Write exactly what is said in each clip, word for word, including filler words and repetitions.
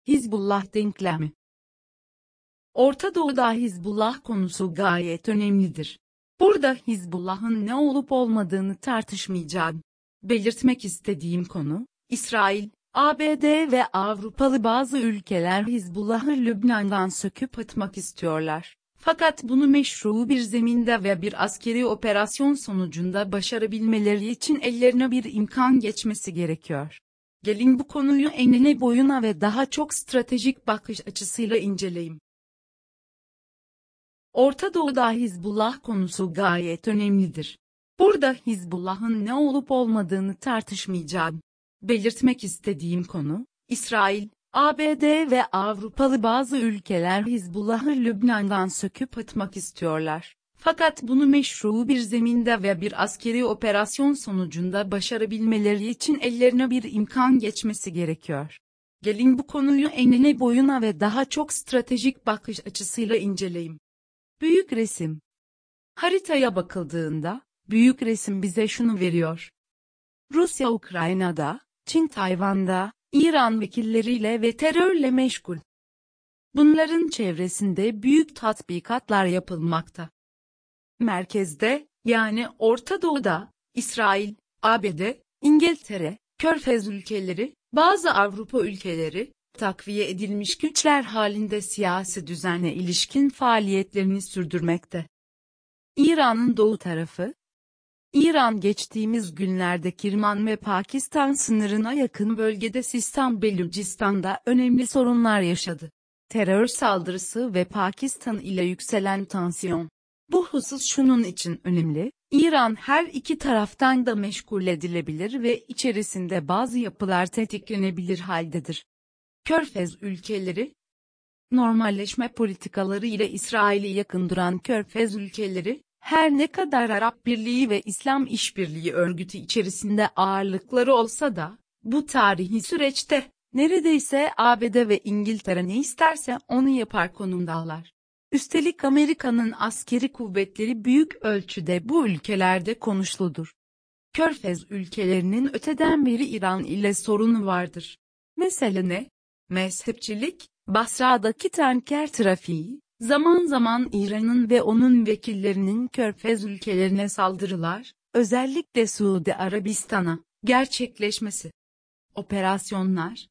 Hizbullah denklemi. Orta Doğu'da Hizbullah konusu gayet önemlidir. Burada Hizbullah'ın ne olup olmadığını tartışmayacağım. Belirtmek istediğim konu, İsrail, A B D ve Avrupalı bazı ülkeler Hizbullah'ı Lübnan'dan söküp atmak istiyorlar. Fakat bunu meşru bir zeminde ve bir askeri operasyon sonucunda başarabilmeleri için ellerine bir imkan geçmesi gerekiyor. Gelin bu konuyu enine boyuna ve daha çok stratejik bakış açısıyla inceleyeyim. Orta Doğu'da Hizbullah konusu gayet önemlidir. Burada Hizbullah'ın ne olup olmadığını tartışmayacağım. Belirtmek istediğim konu, İsrail, A B D ve Avrupalı bazı ülkeler Hizbullah'ı Lübnan'dan söküp atmak istiyorlar. Fakat bunu meşru bir zeminde ve bir askeri operasyon sonucunda başarabilmeleri için ellerine bir imkan geçmesi gerekiyor. Gelin bu konuyu enine boyuna ve daha çok stratejik bakış açısıyla inceleyeyim. Büyük resim. Haritaya bakıldığında, büyük resim bize şunu veriyor. Rusya Ukrayna'da, Çin Tayvan'da, İran vekilleriyle ve terörle meşgul. Bunların çevresinde büyük tatbikatlar yapılmakta. Merkezde, yani Orta Doğu'da, İsrail, A B D, İngiltere, Körfez ülkeleri, bazı Avrupa ülkeleri, takviye edilmiş güçler halinde siyasi düzene ilişkin faaliyetlerini sürdürmekte. İran'ın doğu tarafı, İran geçtiğimiz günlerde Kirman ve Pakistan sınırına yakın bölgede Sistan-Belucistan'da önemli sorunlar yaşadı. Terör saldırısı ve Pakistan ile yükselen tansiyon. Bu husus şunun için önemli, İran her iki taraftan da meşgul edilebilir ve içerisinde bazı yapılar tetiklenebilir haldedir. Körfez ülkeleri, normalleşme politikaları ile İsrail'i yakın duran Körfez ülkeleri, her ne kadar Arap Birliği ve İslam İşbirliği Örgütü içerisinde ağırlıkları olsa da, bu tarihi süreçte, neredeyse A B D ve İngiltere ne isterse onu yapar konumdalar. Üstelik Amerika'nın askeri kuvvetleri büyük ölçüde bu ülkelerde konuşludur. Körfez ülkelerinin öteden beri İran ile sorunu vardır. Mesele ne? Mezhepçilik, Basra'daki tanker trafiği, zaman zaman İran'ın ve onun vekillerinin Körfez ülkelerine saldırılar, özellikle Suudi Arabistan'a, gerçekleşmesi. Operasyonlar.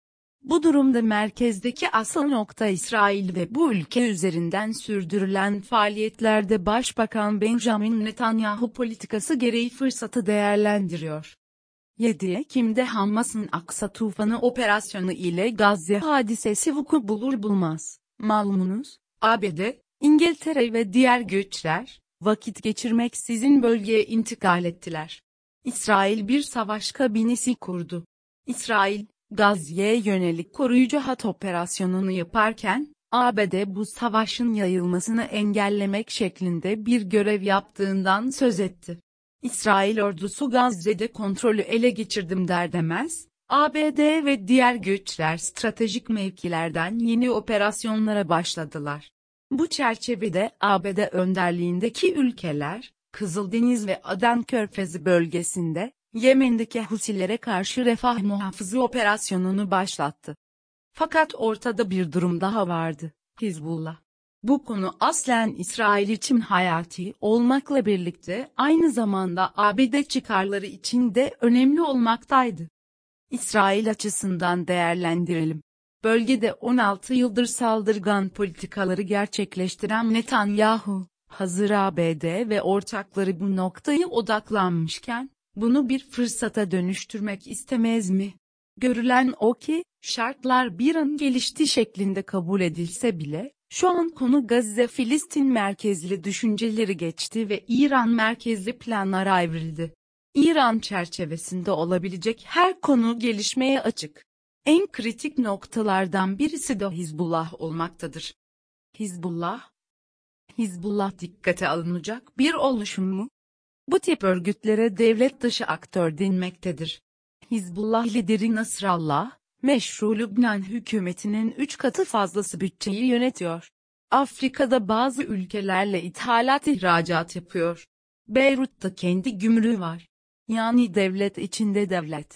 Bu durumda merkezdeki asıl nokta İsrail ve bu ülke üzerinden sürdürülen faaliyetlerde Başbakan Benjamin Netanyahu politikası gereği fırsatı değerlendiriyor. yedi Ekim'de Hamas'ın Aksa Tufanı operasyonu ile Gazze hadisesi vuku bulur bulmaz, malumunuz, A B D, İngiltere ve diğer güçler, vakit geçirmeksizin bölgeye intikal ettiler. İsrail bir savaş kabinesi kurdu. İsrail, Gazze'ye yönelik koruyucu hat operasyonunu yaparken, A B D bu savaşın yayılmasını engellemek şeklinde bir görev yaptığından söz etti. İsrail ordusu Gazze'de kontrolü ele geçirdim der demez, A B D ve diğer güçler stratejik mevkilerden yeni operasyonlara başladılar. Bu çerçevede A B D önderliğindeki ülkeler, Kızıldeniz ve Aden Körfezi bölgesinde, Yemen'deki Husilere karşı refah muhafızı operasyonunu başlattı. Fakat ortada bir durum daha vardı, Hizbullah. Bu konu aslen İsrail için hayati olmakla birlikte aynı zamanda A B D çıkarları için de önemli olmaktaydı. İsrail açısından değerlendirelim. Bölgede on altı yıldır saldırgan politikaları gerçekleştiren Netanyahu, hazır A B D ve ortakları bu noktaya odaklanmışken, bunu bir fırsata dönüştürmek istemez mi? Görülen o ki, şartlar bir an gelişti şeklinde kabul edilse bile, şu an konu Gazze-Filistin merkezli düşünceleri geçti ve İran merkezli planlara evrildi. İran çerçevesinde olabilecek her konu gelişmeye açık. En kritik noktalardan birisi de Hizbullah olmaktadır. Hizbullah, Hizbullah dikkate alınacak bir oluşum mu? Bu tip örgütlere devlet dışı aktör denmektedir. Hizbullah lideri Nasrallah, meşru Lübnan hükümetinin üç katı fazlası bütçeyi yönetiyor. Afrika'da bazı ülkelerle ithalat ihracat yapıyor. Beyrut'ta kendi gümrüğü var. Yani devlet içinde devlet.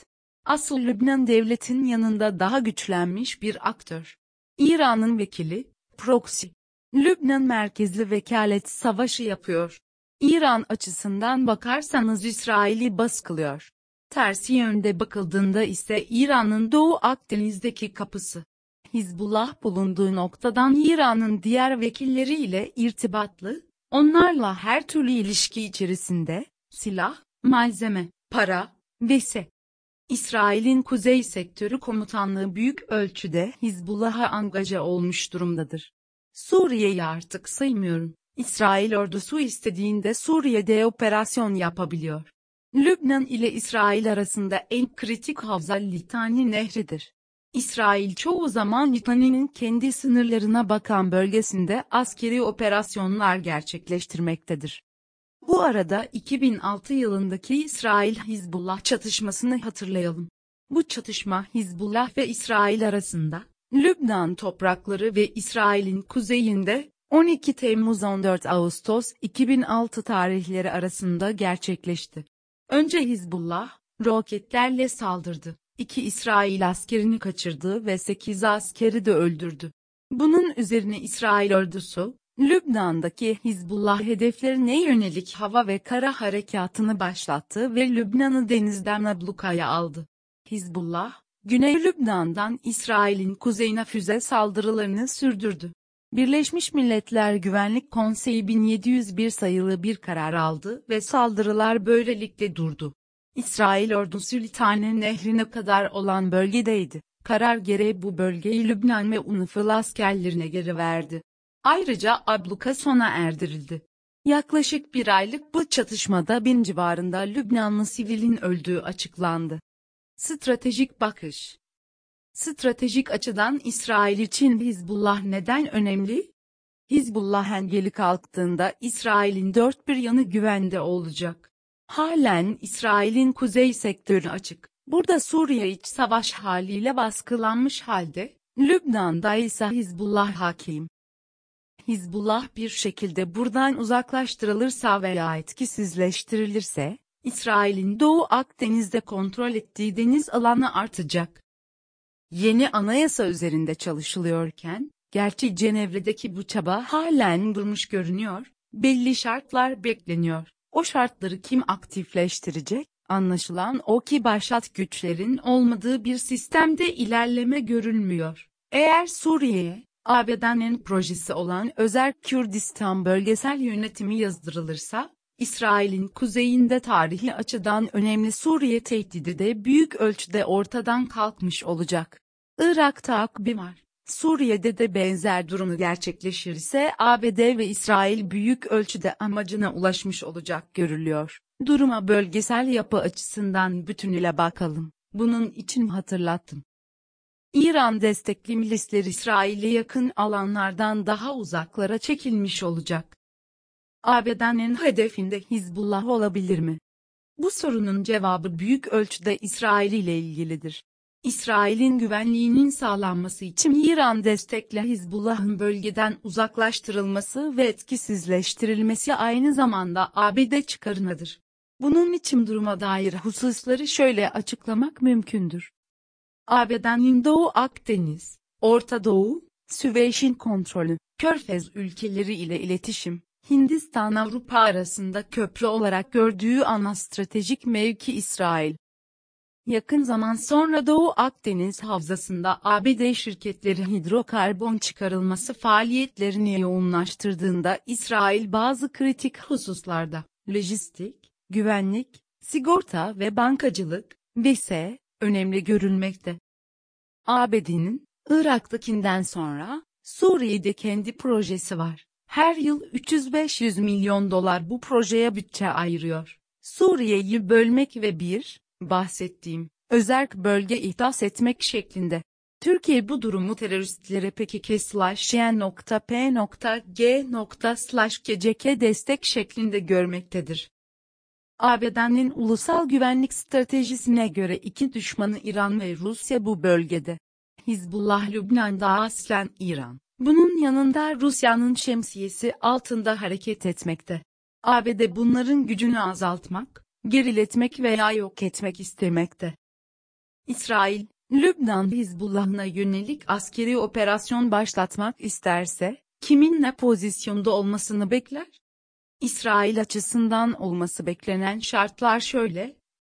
Asıl Lübnan devletin yanında daha güçlenmiş bir aktör. İran'ın vekili, proxy. Lübnan merkezli vekalet savaşı yapıyor. İran açısından bakarsanız İsrail'i baskılıyor. Tersi yönde bakıldığında ise İran'ın Doğu Akdeniz'deki kapısı. Hizbullah bulunduğu noktadan İran'ın diğer vekilleriyle irtibatlı, onlarla her türlü ilişki içerisinde, silah, malzeme, para, vs. İsrail'in Kuzey Sektörü Komutanlığı büyük ölçüde Hizbullah'a angaja olmuş durumdadır. Suriye'yi artık saymıyorum. İsrail ordusu istediğinde Suriye'de operasyon yapabiliyor. Lübnan ile İsrail arasında en kritik havza Litani Nehri'dir. İsrail çoğu zaman Litani'nin kendi sınırlarına bakan bölgesinde askeri operasyonlar gerçekleştirmektedir. Bu arada iki bin altı yılındaki İsrail-Hizbullah çatışmasını hatırlayalım. Bu çatışma Hizbullah ve İsrail arasında, Lübnan toprakları ve İsrail'in kuzeyinde, on iki Temmuz on dört Ağustos iki bin altı tarihleri arasında gerçekleşti. Önce Hizbullah, roketlerle saldırdı, iki İsrail askerini kaçırdı ve sekiz askeri de öldürdü. Bunun üzerine İsrail ordusu, Lübnan'daki Hizbullah hedeflerine yönelik hava ve kara harekatını başlattı ve Lübnan'ı denizden ablukaya aldı. Hizbullah, Güney Lübnan'dan İsrail'in kuzeyine füze saldırılarını sürdürdü. Birleşmiş Milletler Güvenlik Konseyi bin yedi yüz bir sayılı bir karar aldı ve saldırılar böylelikle durdu. İsrail ordusu Litani Nehri'ne kadar olan bölgedeydi. Karar gereği bu bölgeyi Lübnan ve UNIFIL askerlerine geri verdi. Ayrıca abluka sona erdirildi. Yaklaşık bir aylık bu çatışmada bin civarında Lübnanlı sivilin öldüğü açıklandı. Stratejik bakış. Stratejik açıdan İsrail için Hizbullah neden önemli? Hizbullah engeli kalktığında İsrail'in dört bir yanı güvende olacak. Halen İsrail'in kuzey sektörü açık. Burada Suriye iç savaş haliyle baskılanmış halde, Lübnan'da ise Hizbullah hakim. Hizbullah bir şekilde buradan uzaklaştırılırsa veya etkisizleştirilirse, İsrail'in Doğu Akdeniz'de kontrol ettiği deniz alanı artacak. Yeni anayasa üzerinde çalışılıyorken, gerçi Cenevre'deki bu çaba halen durmuş görünüyor, belli şartlar bekleniyor. O şartları kim aktifleştirecek? Anlaşılan o ki başat güçlerin olmadığı bir sistemde ilerleme görülmüyor. Eğer Suriye'ye, A B D'nin projesi olan Özerk Kürdistan bölgesel yönetimi yazdırılırsa, İsrail'in kuzeyinde tarihi açıdan önemli Suriye tehdidi de büyük ölçüde ortadan kalkmış olacak. Irak'ta akbi var. Suriye'de de benzer durumu gerçekleşirse A B D ve İsrail büyük ölçüde amacına ulaşmış olacak görülüyor. Duruma bölgesel yapı açısından bütünüyle bakalım. Bunun için hatırlattım. İran destekli milisler İsrail'e yakın alanlardan daha uzaklara çekilmiş olacak. A B D'nin hedefinde Hizbullah olabilir mi? Bu sorunun cevabı büyük ölçüde İsrail ile ilgilidir. İsrail'in güvenliğinin sağlanması için İran destekli Hizbullah'ın bölgeden uzaklaştırılması ve etkisizleştirilmesi aynı zamanda A B D çıkarınadır. Bunun için duruma dair hususları şöyle açıklamak mümkündür. A B D'nin Doğu Akdeniz, Orta Doğu, Süveyş'in kontrolü, Körfez ülkeleri ile iletişim, Hindistan-Avrupa arasında köprü olarak gördüğü ana stratejik mevki İsrail. Yakın zaman sonra Doğu Akdeniz havzasında A B D şirketleri hidrokarbon çıkarılması faaliyetlerini yoğunlaştırdığında İsrail bazı kritik hususlarda, lojistik, güvenlik, sigorta ve bankacılık, vs. önemli görülmekte. A B D'nin, Irak'takinden sonra, Suriye'de kendi projesi var. Her yıl üç yüz beş yüz milyon dolar bu projeye bütçe ayırıyor. Suriye'yi bölmek ve bir, bahsettiğim, özerk bölge ihdas etmek şeklinde. Türkiye bu durumu teröristlere P K K slash Y N P G slash K C K destek şeklinde görmektedir. A B D'nin ulusal güvenlik stratejisine göre iki düşmanı İran ve Rusya bu bölgede. Hizbullah Lübnan'da aslen İran. Bunun yanında Rusya'nın şemsiyesi altında hareket etmekte. A B D bunların gücünü azaltmak, geriletmek veya yok etmek istemekte. İsrail, Lübnan Hizbullah'ına yönelik askeri operasyon başlatmak isterse, kimin ne pozisyonda olmasını bekler? İsrail açısından olması beklenen şartlar şöyle: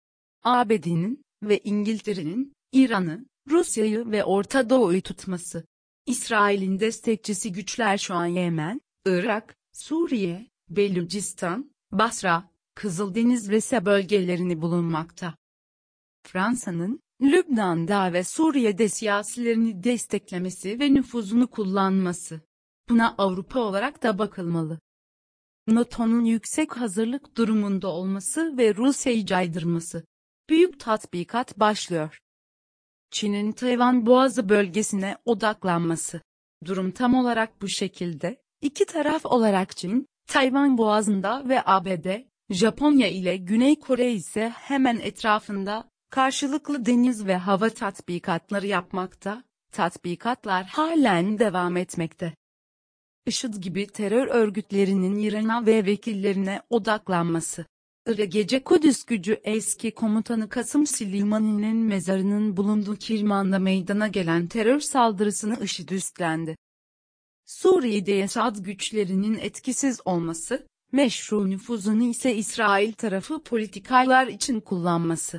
A B D'nin ve İngiltere'nin, İran'ı, Rusya'yı ve Orta Doğu'yu tutması. İsrail'in destekçisi güçler şu an Yemen, Irak, Suriye, Belucistan, Basra, Kızıldeniz ve S bölgelerini bulunmakta. Fransa'nın, Lübnan'da ve Suriye'de siyasilerini desteklemesi ve nüfuzunu kullanması. Buna Avrupa olarak da bakılmalı. NATO'nun yüksek hazırlık durumunda olması ve Rusya'yı caydırması. Büyük tatbikat başlıyor. Çin'in Tayvan Boğazı bölgesine odaklanması. Durum tam olarak bu şekilde. İki taraf olarak Çin, Tayvan Boğazı'nda ve A B D, Japonya ile Güney Kore ise hemen etrafında, karşılıklı deniz ve hava tatbikatları yapmakta, tatbikatlar halen devam etmekte. IŞİD gibi terör örgütlerinin İran'a ve vekillerine odaklanması. Irak Gece Kudüs Gücü eski komutanı Kasım Süleymani'nin mezarının bulunduğu Kirman'da meydana gelen terör saldırısını IŞİD üstlendi. Suriye'de Esad güçlerinin etkisiz olması, meşru nüfuzunu ise İsrail tarafı politikalar için kullanması.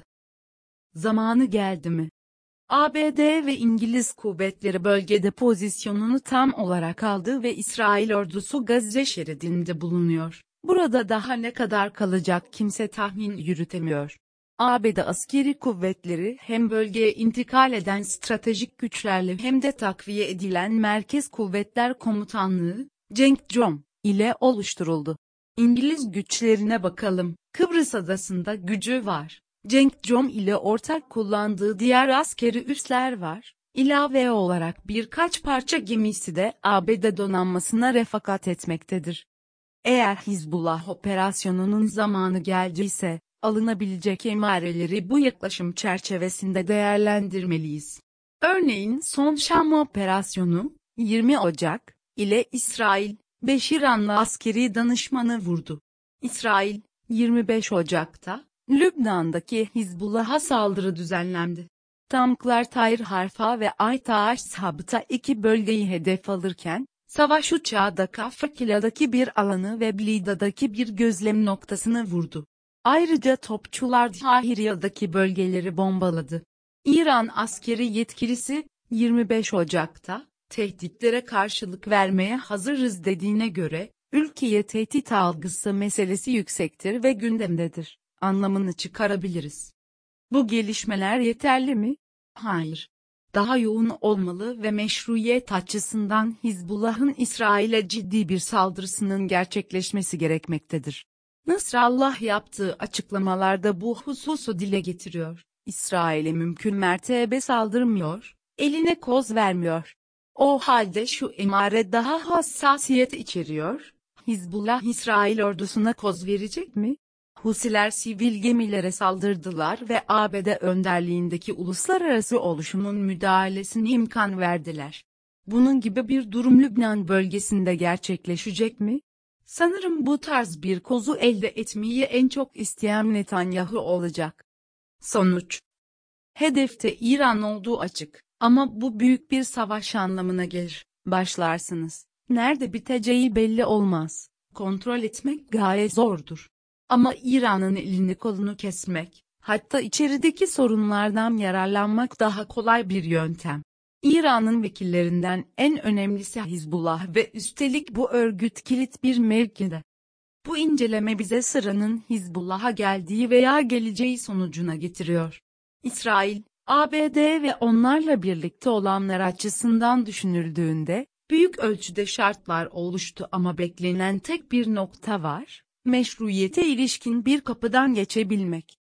Zamanı geldi mi? A B D ve İngiliz kuvvetleri bölgede pozisyonunu tam olarak aldı ve İsrail ordusu Gazze şeridinde bulunuyor. Burada daha ne kadar kalacak kimse tahmin yürütemiyor. A B D askeri kuvvetleri hem bölgeye intikal eden stratejik güçlerle hem de takviye edilen Merkez Kuvvetler Komutanlığı, CENTCOM, ile oluşturuldu. İngiliz güçlerine bakalım. Kıbrıs adasında gücü var. CENTCOM ile ortak kullandığı diğer askeri üsler var. İlave olarak birkaç parça gemisi de A B D donanmasına refakat etmektedir. Eğer Hizbullah operasyonunun zamanı geldiyse, alınabilecek emareleri bu yaklaşım çerçevesinde değerlendirmeliyiz. Örneğin son Şam operasyonu, yirmi Ocak, ile İsrail, beş İranlı askeri danışmanı vurdu. İsrail, yirmi beş Ocak'ta, Lübnan'daki Hizbullah'a saldırı düzenlendi. Tanklar Tayr Harfa ve Aytaş Sabta iki bölgeyi hedef alırken, savaş uçağı da Kafakila'daki bir alanı ve Blida'daki bir gözlem noktasını vurdu. Ayrıca topçular Tahiriya'daki bölgeleri bombaladı. İran askeri yetkilisi, yirmi beş Ocak'ta, tehditlere karşılık vermeye hazırız dediğine göre, ülkeye tehdit algısı meselesi yüksektir ve gündemdedir, anlamını çıkarabiliriz. Bu gelişmeler yeterli mi? Hayır. Daha yoğun olmalı ve meşruiyet açısından Hizbullah'ın İsrail'e ciddi bir saldırısının gerçekleşmesi gerekmektedir. Nasrallah yaptığı açıklamalarda bu hususu dile getiriyor. İsrail'e mümkün mertebe saldırmıyor, eline koz vermiyor. O halde şu emare daha hassasiyet içeriyor. Hizbullah İsrail ordusuna koz verecek mi? Husiler sivil gemilere saldırdılar ve A B D önderliğindeki uluslararası oluşumun müdahalesine imkan verdiler. Bunun gibi bir durum Lübnan bölgesinde gerçekleşecek mi? Sanırım bu tarz bir kozu elde etmeyi en çok isteyen Netanyahu olacak. Sonuç: hedefte İran olduğu açık, ama bu büyük bir savaş anlamına gelir. Başlarsınız. Nerede biteceği belli olmaz. Kontrol etmek gayet zordur. Ama İran'ın elini kolunu kesmek, hatta içerideki sorunlardan yararlanmak daha kolay bir yöntem. İran'ın vekillerinden en önemlisi Hizbullah ve üstelik bu örgüt kilit bir mevkide. Bu inceleme bize sıranın Hizbullah'a geldiği veya geleceği sonucuna getiriyor. İsrail, A B D ve onlarla birlikte olanlar açısından düşünüldüğünde, büyük ölçüde şartlar oluştu ama beklenen tek bir nokta var, meşruiyete ilişkin bir kapıdan geçebilmek.